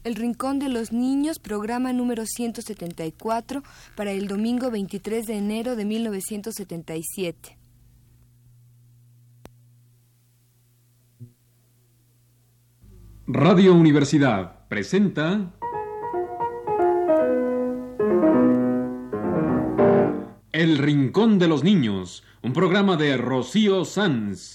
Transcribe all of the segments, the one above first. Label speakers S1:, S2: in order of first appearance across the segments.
S1: El Rincón de los Niños, programa número 174, para el domingo 23 de enero de 1977.
S2: Radio Universidad presenta El Rincón de los Niños, un programa de Rocío Sanz.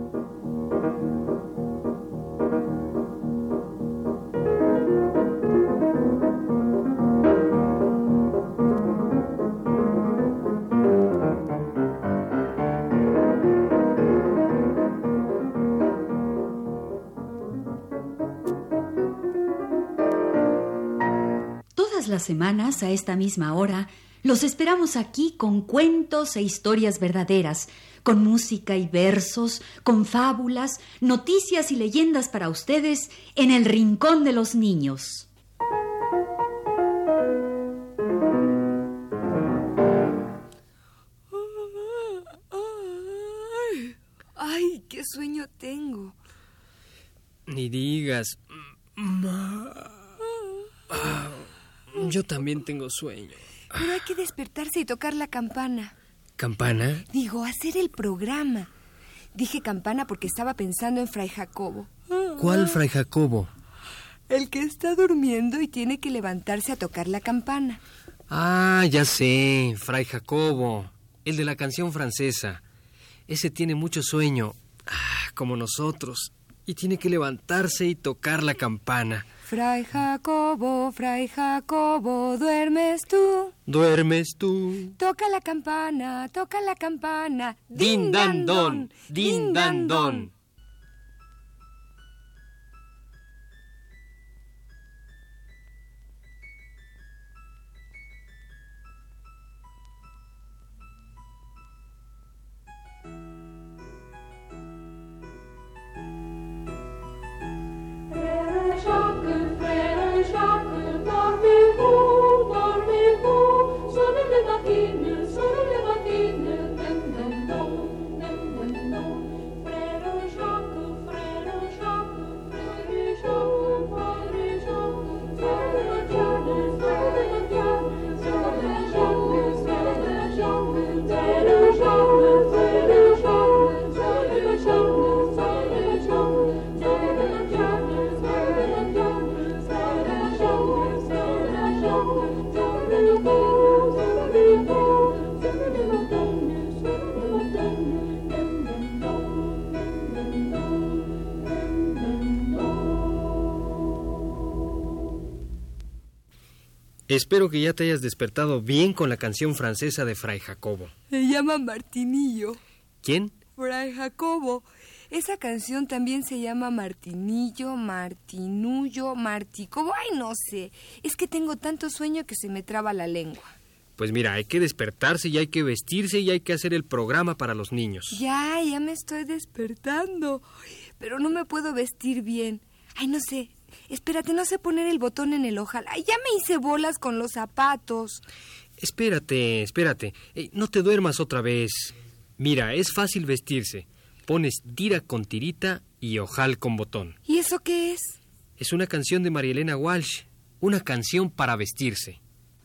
S3: Las semanas, a esta misma hora, los esperamos aquí con cuentos e historias verdaderas, con música y versos, con fábulas, noticias y leyendas para ustedes en el Rincón de los Niños.
S1: ¡Ay, qué sueño tengo!
S4: Ni digas. Yo también tengo sueño.
S1: Pero hay que despertarse y tocar la campana.
S4: ¿Campana?
S1: Digo, hacer el programa. Dije campana porque estaba pensando en Fray Jacobo.
S4: ¿Cuál Fray Jacobo?
S1: El que está durmiendo y tiene que levantarse a tocar la campana.
S4: Ah, ya sé, Fray Jacobo, el de la canción francesa. Ese tiene mucho sueño, como nosotros, y tiene que levantarse y tocar la campana.
S1: Fray Jacobo, ¿duermes tú?
S4: ¿Duermes tú?
S1: Toca la campana,
S4: Din dan don, din dan don. Espero que ya te hayas despertado bien con la canción francesa de Fray Jacobo.
S1: Se llama Martinillo.
S4: ¿Quién?
S1: Fray Jacobo. Esa canción también se llama Martinillo, Martinullo, Marticobo. Ay, no sé. Es que tengo tanto sueño que se me traba la lengua.
S4: Pues mira, hay que despertarse y hay que vestirse y hay que hacer el programa para los niños.
S1: Ya me estoy despertando. Pero no me puedo vestir bien. Ay, no sé. Espérate, no sé poner el botón en el ojal. Ay, ya me hice bolas con los zapatos.
S4: Espérate. No te duermas otra vez. Mira, es fácil vestirse. Pones tira con tirita y ojal con botón.
S1: ¿Y eso qué es?
S4: Es una canción de María Elena Walsh. Una canción para vestirse.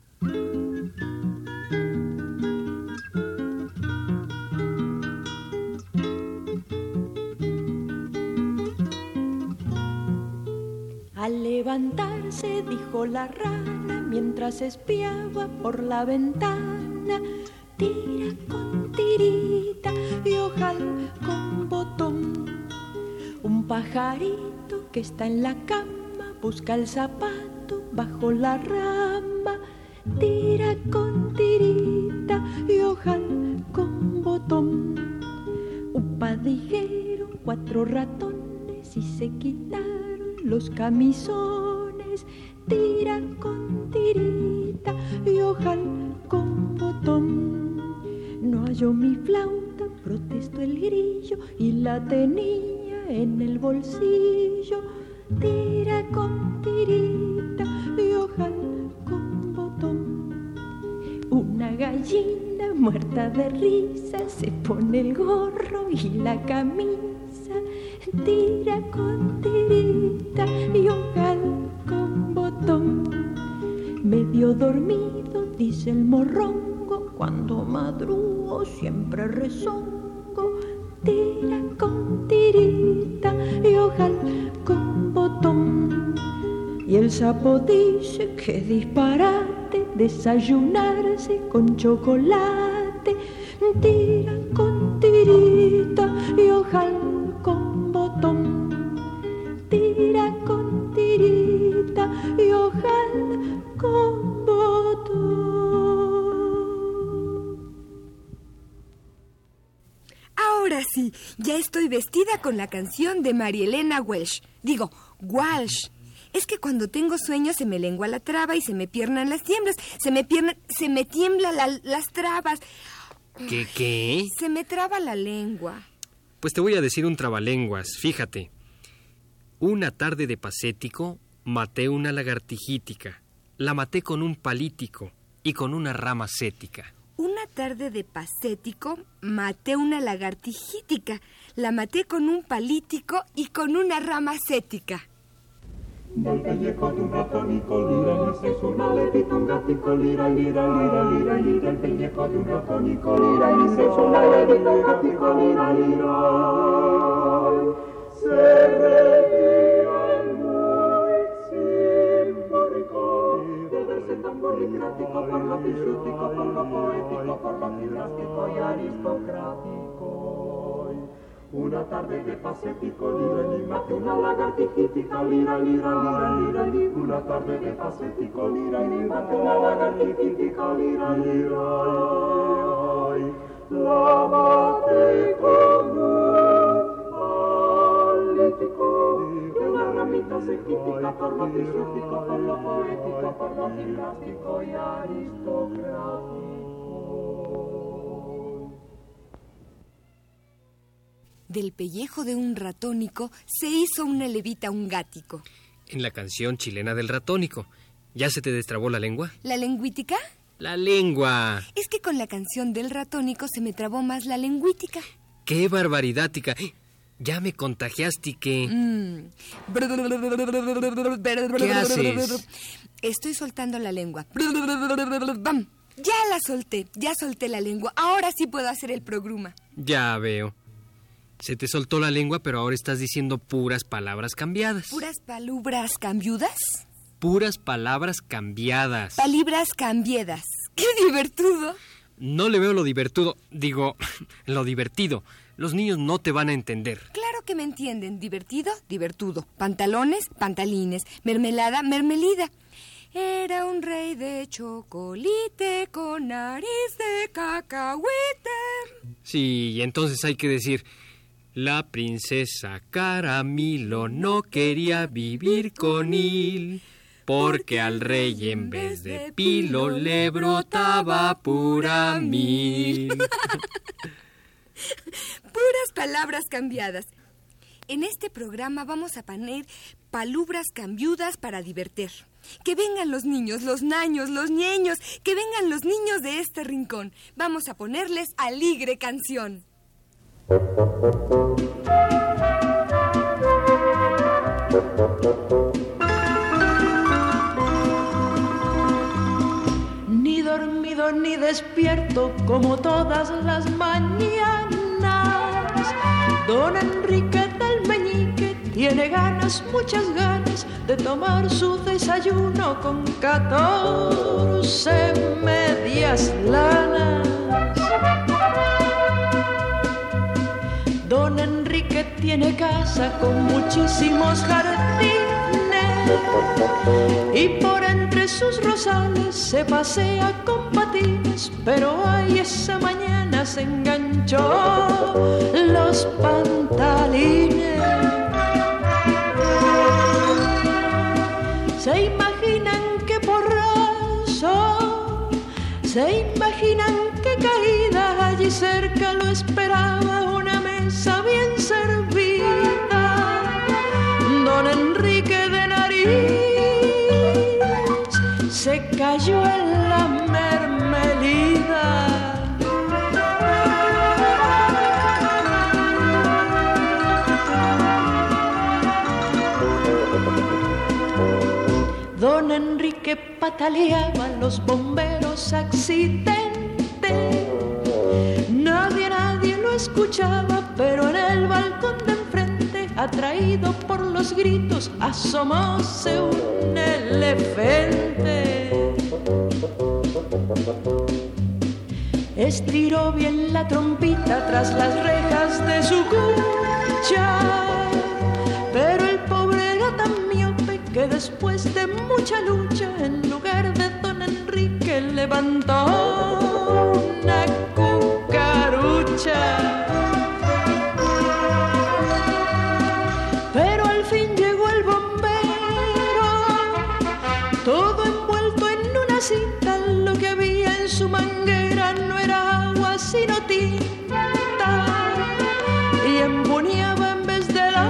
S5: Al levantarse, dijo la rana, mientras espiaba por la ventana, tira con tirita y ojal con botón. Un pajarito que está en la cama busca el zapato bajo la rama, tira con tirita y ojal con botón. Upa dijeron 4 ratones y se quitaron los camisones, tira con tirita y ojal con botón. No halló mi flauta, protestó el grillo y la tenía en el bolsillo, tira con tirita y ojal con botón. Una gallina muerta de risa se pone el gorro y la camisa, tira con tirita y ojal con ando dormido, dice el morrongo, cuando madrugo siempre rezongo. Tira con tirita y ojal con botón. Y el sapo dice que disparate desayunarse con chocolate. Tira con tirita y ojal con botón. Tira con tirita y ojal con botón.
S1: Ahora sí, ya estoy vestida con la canción de María Elena Walsh. Digo, Walsh. Es que cuando tengo sueño se me lengua la traba y se me piernan las tiemblas. Se me tiemblan las trabas.
S4: ¿Qué?
S1: Se me traba la lengua.
S4: Pues te voy a decir un trabalenguas, fíjate. Una tarde de pacético maté una lagartijítica. La maté con un palítico y con una rama cética.
S1: Una tarde de pacético maté una lagartijítica. La maté con un palítico y con una rama cética.
S6: Del pellejo de un ratónico, lira, y se suena levita un gatico, lira, lira, lira, lira, lira. El pellejo de un ratónico, lira, y se suena levita un gatico, lira, lira. Se reía el muy simbólico, de verse tan burocrático por lo pisútico, por lo poético, por lo gimnástico y aristocrático. Una tarde de pacético, lira, y maté una lagartijítica, lira, lira, lira, lira, lira. Una tarde de pacético, lira, y maté una lagartijítica, lira, lira, ay. La maté con un palítico, de una ramita sequítica, por lo pisútico, por lo poético, por lo gimnástico y aristocrático.
S1: Del pellejo de un ratónico se hizo una levita un gático.
S4: En la canción chilena del ratónico. ¿Ya se te destrabó la lengua?
S1: ¿La lengüítica?
S4: ¡La lengua!
S1: Es que con la canción del ratónico se me trabó más la lengüítica.
S4: ¡Qué barbaridática! Ya me contagiaste, ¿qué? ¿Qué haces?
S1: Estoy soltando la lengua. Ya solté la lengua. Ahora sí puedo hacer el programa.
S4: Ya veo. Se te soltó la lengua, pero ahora estás diciendo puras palabras cambiadas.
S1: ¿Puras palabras cambiudas?
S4: Puras palabras cambiadas.
S1: Palibras cambiadas. ¡Qué divertido!
S4: No le veo lo divertido. Digo, lo divertido. Los niños no te van a entender.
S1: Claro que me entienden. Divertido, divertudo. Pantalones, pantalines. Mermelada, mermelida. Era un rey de chocolate con nariz de cacahuete.
S4: Sí, y entonces hay que decir... La princesa Caramilo no quería vivir con él, porque al rey en vez de pilo le brotaba pura miel.
S1: Puras palabras cambiadas. En este programa vamos a poner palabras cambiudas para divertir. Que vengan los niños, los naños, los ñeños, que vengan los niños de este rincón. Vamos a ponerles alegre canción.
S5: Ni dormido ni despierto como todas las mañanas, don Enrique del Meñique tiene ganas, muchas ganas de tomar su desayuno con 14 medias lanas. Don Enrique tiene casa con muchísimos jardines y por entre sus rosales se pasea con patines, pero ay, esa mañana se enganchó los pantalines. ¿Se imaginan qué porrazo? ¿Se imaginan qué caída? Allí cerca lo esperaba una mesa bien servida. Don Enrique de nariz se cayó en la mermelida. Don Enrique pataleaba, los bomberos accidente. Nadie lo escuchaba, pero en el balcón de enfrente, atraído por los gritos, asomóse un elefante. Estiró bien la trompita tras las rejas de su cucha, pero el pobre era tan miope que después de mucha lucha, en lugar de Don Enrique, levantó una cucarucha. Pero al fin llegó el bombero, todo envuelto en una cinta. Lo que había en su manguera no era agua sino tinta, y embuñaba en vez de la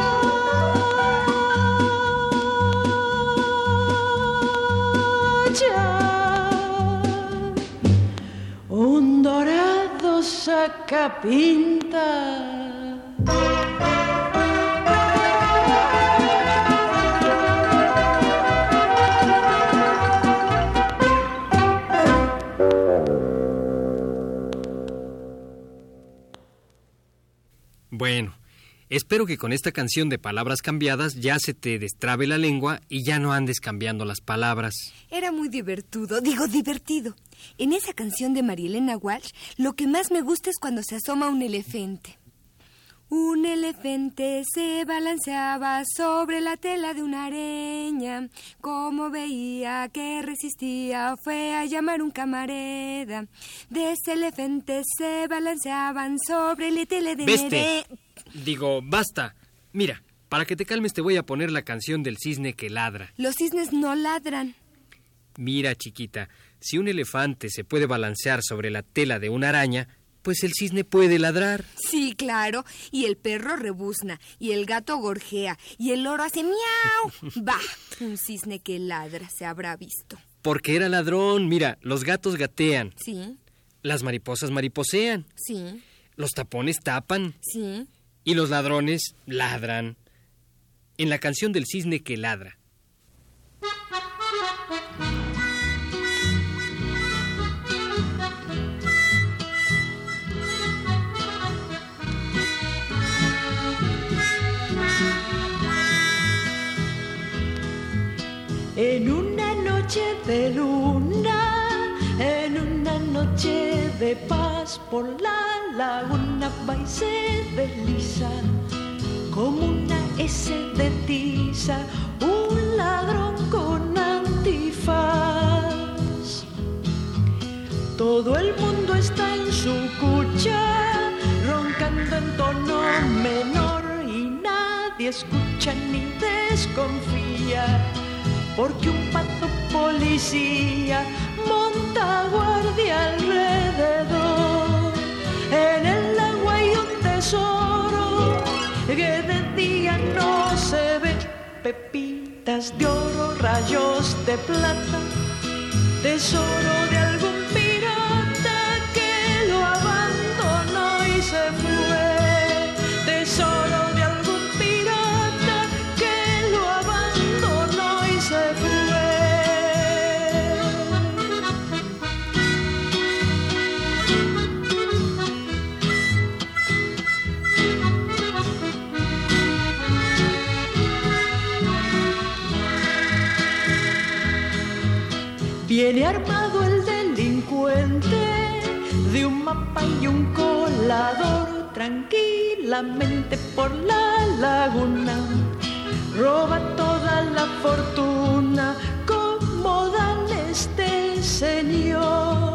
S5: un dorado sacapinta.
S4: Bueno, espero que con esta canción de palabras cambiadas ya se te destrabe la lengua y ya no andes cambiando las palabras.
S1: Era muy divertido. En esa canción de Marielena Walsh, lo que más me gusta es cuando se asoma un elefante. Un elefante se balanceaba sobre la tela de una araña. Como veía que resistía, fue a llamar un camarada. De ese elefante se balanceaban sobre la tela de una araña.
S4: Basta. Mira, para que te calmes te voy a poner la canción del cisne que ladra.
S1: Los cisnes no ladran.
S4: Mira, chiquita, si un elefante se puede balancear sobre la tela de una araña, pues el cisne puede ladrar.
S1: Sí, claro. Y el perro rebuzna, y el gato gorjea, y el loro hace miau. Bah, un cisne que ladra se habrá visto.
S4: Porque era ladrón. Mira, los gatos gatean.
S1: Sí.
S4: Las mariposas mariposean.
S1: Sí.
S4: Los tapones tapan.
S1: Sí.
S4: Y los ladrones ladran. En la canción del cisne que ladra.
S5: En una noche de luna, en una noche de paz, por la laguna va y se desliza como una S de tiza, un ladrón con antifaz. Todo el mundo está en su cucha, roncando en tono menor, y nadie escucha ni desconfía, porque un pato policía monta guardia alrededor. En el agua hay un tesoro que de día no se ve, pepitas de oro, rayos de plata, tesoro de algún pirata que lo abandonó y se fue, tesoro de algún pirata que lo abandonó y se fue. Viene armado el delincuente de un mapa y un colador, tranquilamente por la laguna roba toda la fortuna, como dan este señor.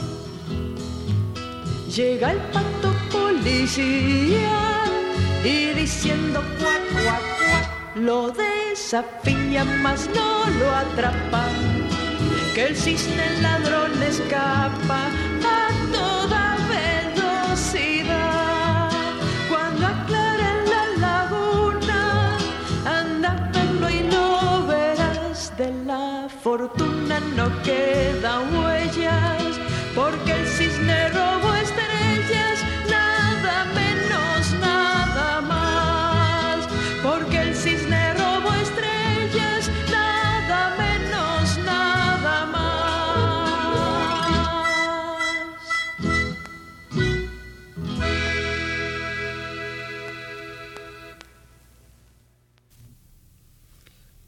S5: Llega el pato policía y diciendo cuac, cuac, cuac, lo desafía, mas no lo atrapa, que el cisne ladrón escapa a toda velocidad. Cuando aclare la laguna, anda a verlo y lo verás. De la fortuna no quedan huellas, porque el cisne robó estrellas, nada menos, nada más. Porque el cisne robó estrellas, nada menos.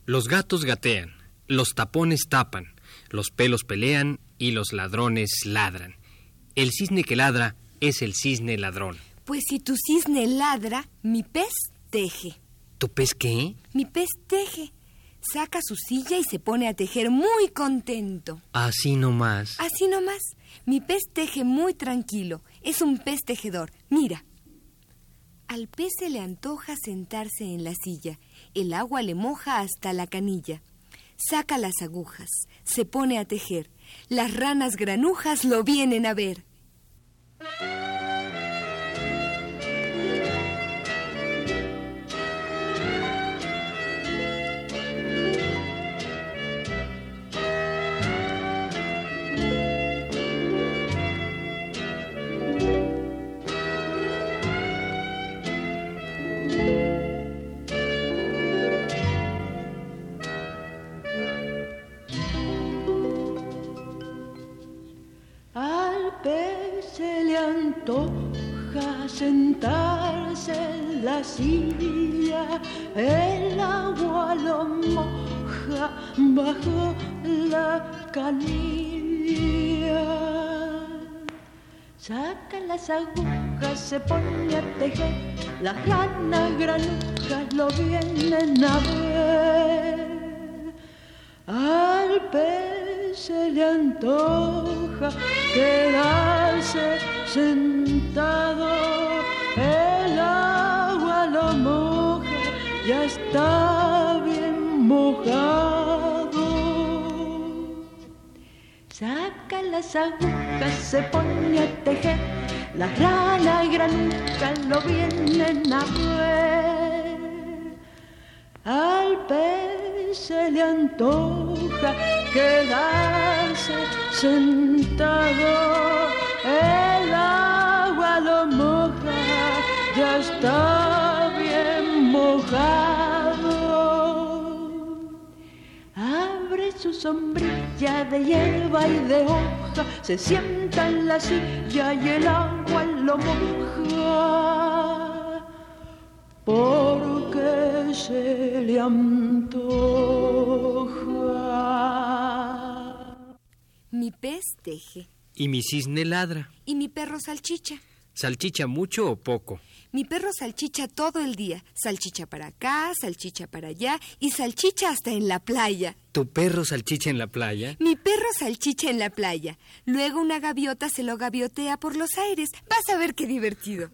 S4: Los gatos gatean, los tapones tapan, los pelos pelean y los ladrones ladran. El cisne que ladra es el cisne ladrón.
S1: Pues si tu cisne ladra, mi pez teje.
S4: ¿Tu pez qué?
S1: Mi pez teje. Saca su silla y se pone a tejer muy contento.
S4: Así nomás.
S1: Así nomás. Mi pez teje muy tranquilo. Es un pez tejedor. Mira. Al pez se le antoja sentarse en la silla. El agua le moja hasta la canilla. Saca las agujas. Se pone a tejer. Las ranas granujas lo vienen a ver.
S5: Se le antoja sentarse en la silla, el agua lo moja bajo la canilla. Saca las agujas, se pone a tejer, las ranas granujas lo vienen a ver. Al pez se le antoja quedarse sentado, el agua lo moja, ya está bien mojado. Saca las agujas, se pone a tejer, las ranas granujas lo vienen a ver. Al pez se le antoja quedarse sentado, el agua lo moja, ya está bien mojado. Abre su sombrilla de hierba y de hoja, se sienta en la silla y el agua lo moja, porque se le antoja.
S1: Mi pez teje.
S4: Y mi cisne ladra.
S1: Y mi perro salchicha.
S4: ¿Salchicha mucho o poco?
S1: Mi perro salchicha todo el día. Salchicha para acá, salchicha para allá y salchicha hasta en la playa.
S4: ¿Tu perro salchicha en la playa?
S1: Mi perro salchicha en la playa. Luego una gaviota se lo gaviotea por los aires. Vas a ver qué divertido.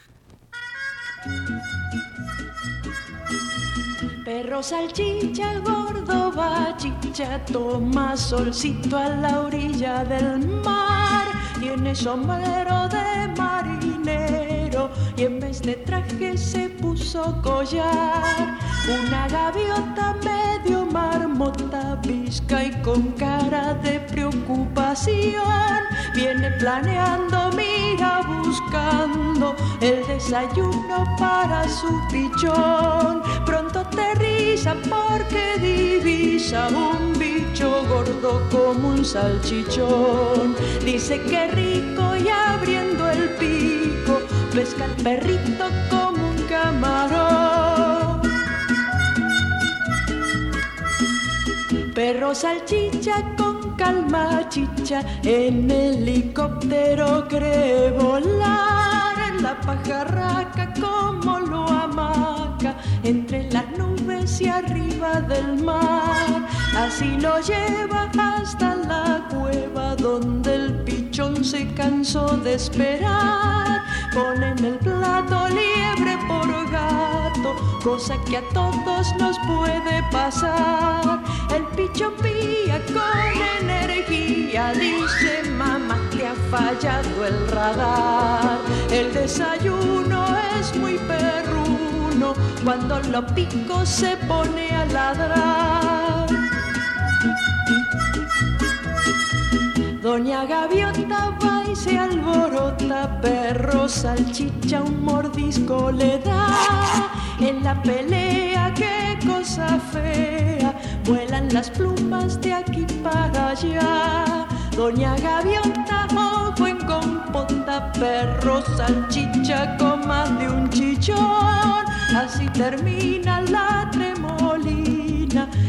S5: Perro salchicha, gordo bachicha, toma solcito a la orilla del mar. Tiene sombrero de marinero y en vez de traje se puso collar. Una gaviota medio marmota, visca y con cara de preocupación, viene planeando, mira buscando el desayuno para su pichón. Pronto aterriza porque divisa un bicho gordo como un salchichón. Dice que rico y abriendo el pico pesca al perrito como un camarón. Perro salchicha con calma chicha, en helicóptero cree volar, en la pajarraca como lo amaca, entre las nubes y arriba del mar. Así lo lleva hasta la cueva donde el pichón se cansó de esperar. Pone en el plato liebre por gato, cosa que a todos nos puede pasar. El pichón pía con energía, dice: mamá, te ha fallado el radar. El desayuno es muy perruno, cuando lo pico se pone a ladrar. Doña Gaviota va y se alborota, perro salchicha un mordisco le da. En la pelea, qué cosa fea, vuelan las plumas de aquí para allá. Doña Gaviota, ojo en compota, perro salchicha con más de un chichón. Así termina la tremolina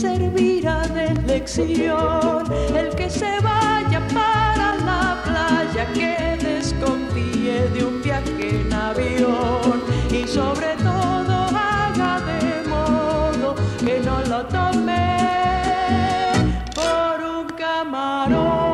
S5: servirá de lección. El que se vaya para la playa, que desconfíe de un viaje en avión, y sobre todo haga de modo que no lo tome por un camarón.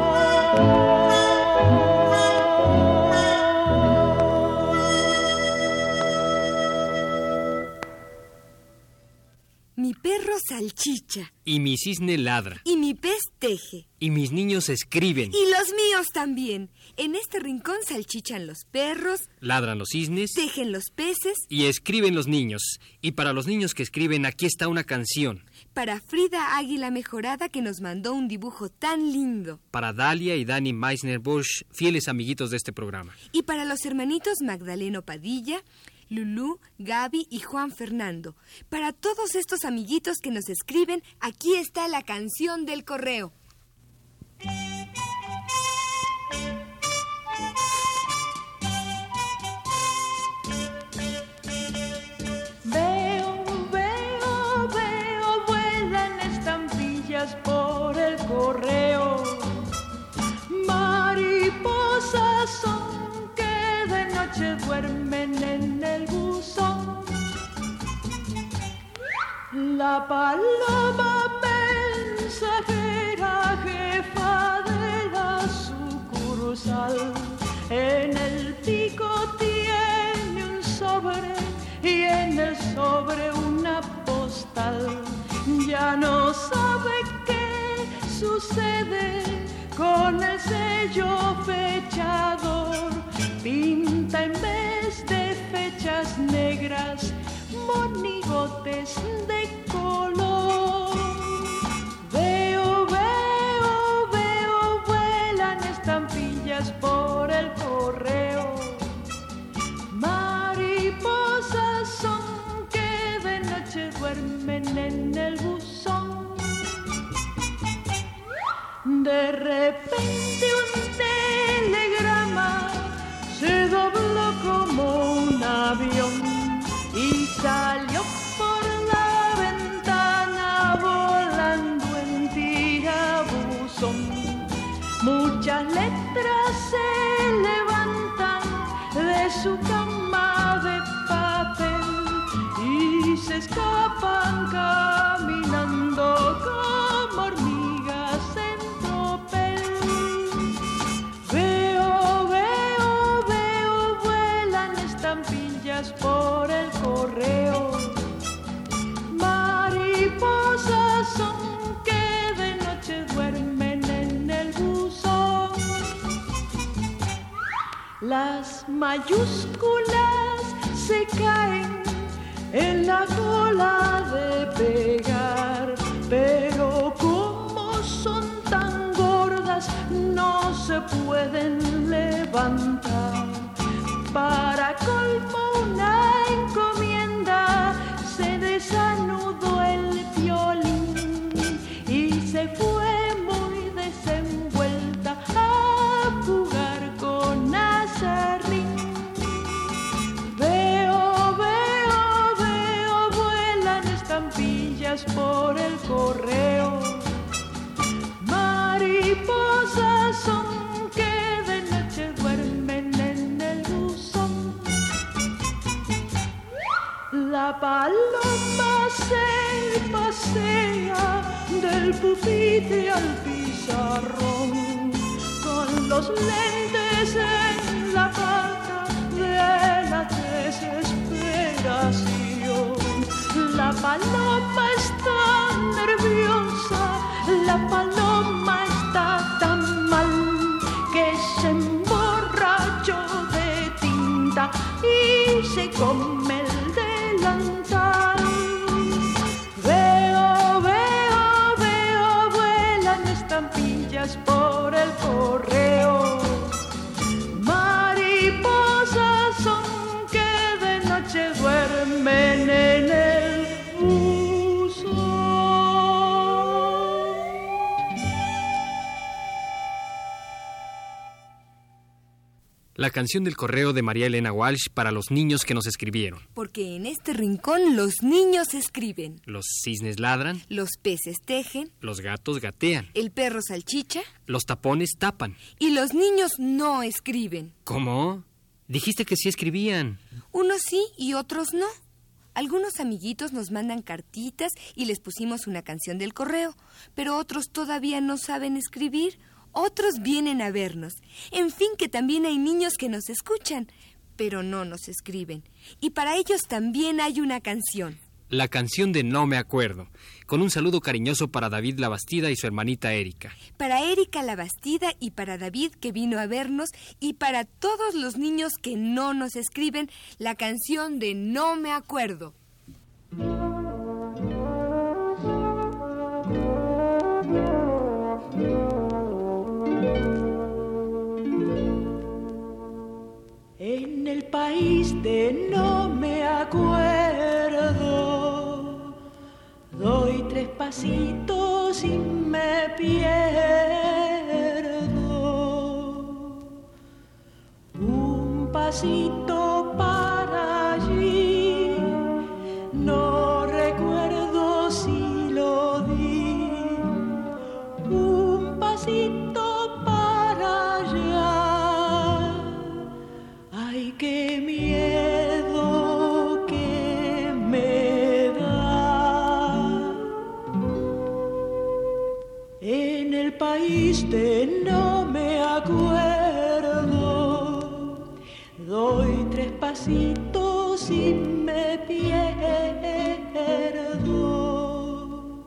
S1: Mi perro salchicha.
S4: Y mi cisne ladra.
S1: Y mi pez teje.
S4: Y mis niños escriben.
S1: Y los míos también. En este rincón salchichan los perros,
S4: Ladran los cisnes.
S1: tejen los peces.
S4: Y escriben los niños. Y para los niños que escriben, aquí está una canción.
S1: Para Frida Águila Mejorada, que nos mandó un dibujo tan lindo.
S4: Para Dalia y Dani Meissner Bush, fieles amiguitos de este programa.
S1: Y para los hermanitos Magdaleno Padilla, Lulú, Gaby y Juan Fernando. Para todos estos amiguitos que nos escriben, aquí está la canción del correo.
S5: Veo, vuelan estampillas por el correo. Mariposas son que de noche duermen en el buzón. La paloma mensajera, jefa de la sucursal, en el pico tiene un sobre y en el sobre una postal. Ya no sabe qué sucede con el sello fechador. Pinta en vez de fechas negras monigotes de color. Veo, vuelan estampillas por el correo. Mariposas son que de noche duermen en el buzón. De repente un telegrama se dobló como un avión y salió por la ventana volando en tirabuzón. Muchas letras se levantan de su cama de papel y se escapan caminando como hormigas en tropel. Veo, vuelan estampillas por el correo. Mariposas son que de noche duermen en el buzón. Las mayúsculas se caen en la cola de pegar, pero como son tan gordas no se pueden levantar. Para colmo una encomienda se desanudó el violín y se fue muy desenvuelta a jugar con acerrín. Veo, vuelan estampillas por el correo. Mariposas son que de noche duermen en el buzón. La paloma se pasea del pupitre al pizarrón con los lentes en la pata de la desesperación. La paloma está nerviosa, la paloma está tan mal que se emborrachó de tinta y se come el delantal. Veo, vuelan estampillas por el correo. Mariposas son que de noche duermen en el buzón.
S4: La canción del correo de María Elena Walsh para los niños que nos escribieron.
S1: Porque en este rincón los niños escriben.
S4: Los cisnes ladran.
S1: Los peces tejen.
S4: Los gatos gatean.
S1: El perro salchicha.
S4: Los tapones tapan.
S1: Y los niños no escriben.
S4: ¿Cómo? Dijiste que sí escribían.
S1: Unos sí y otros no. Algunos amiguitos nos mandan cartitas y les pusimos una canción del correo, pero otros todavía no saben escribir. Otros vienen a vernos. En fin, que también hay niños que nos escuchan, pero no nos escriben. Y para ellos también hay una canción.
S4: La canción de No me acuerdo, con un saludo cariñoso para David Labastida y su hermanita Erika.
S1: Para Erika Labastida y para David, que vino a vernos, y para todos los niños que no nos escriben, la canción de No me acuerdo.
S5: En el país de no me acuerdo, doy 3 pasitos y me pierdo. Un pasito para allí, no recuerdo si lo di. Un pasito para allá. Ay, qué miedo que me da. En el país de no me acuerdo, doy 3 pasitos y me pierdo.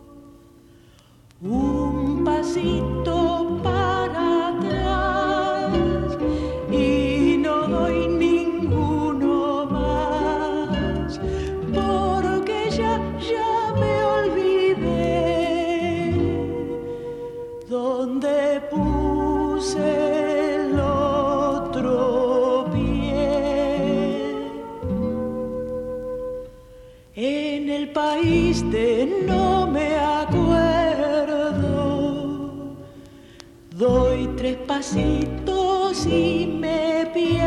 S5: Un pasito para atrás y no doy ninguno más, porque ya me olvidé dónde puse el otro pie. En el país de no me acuerdo, doy 3 pasitos y me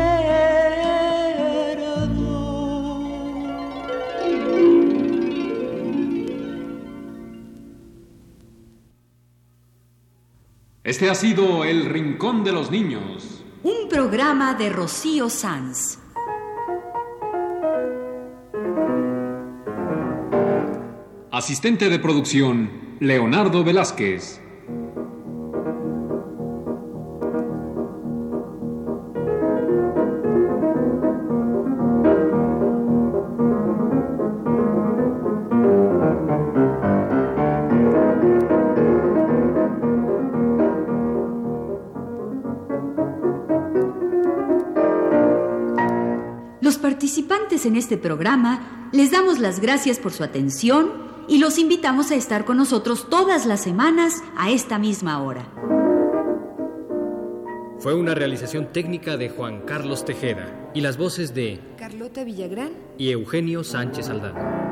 S5: pierdo.
S2: Este ha sido El Rincón de los Niños.
S3: Un programa de Rocío Sanz.
S2: Asistente de producción, Leonardo Velázquez.
S3: Los participantes en este programa les damos las gracias por su atención y los invitamos a estar con nosotros todas las semanas a esta misma hora.
S4: Fue una realización técnica de Juan Carlos Tejeda y las voces de
S1: Carlota Villagrán
S4: y Eugenio Sánchez Aldana.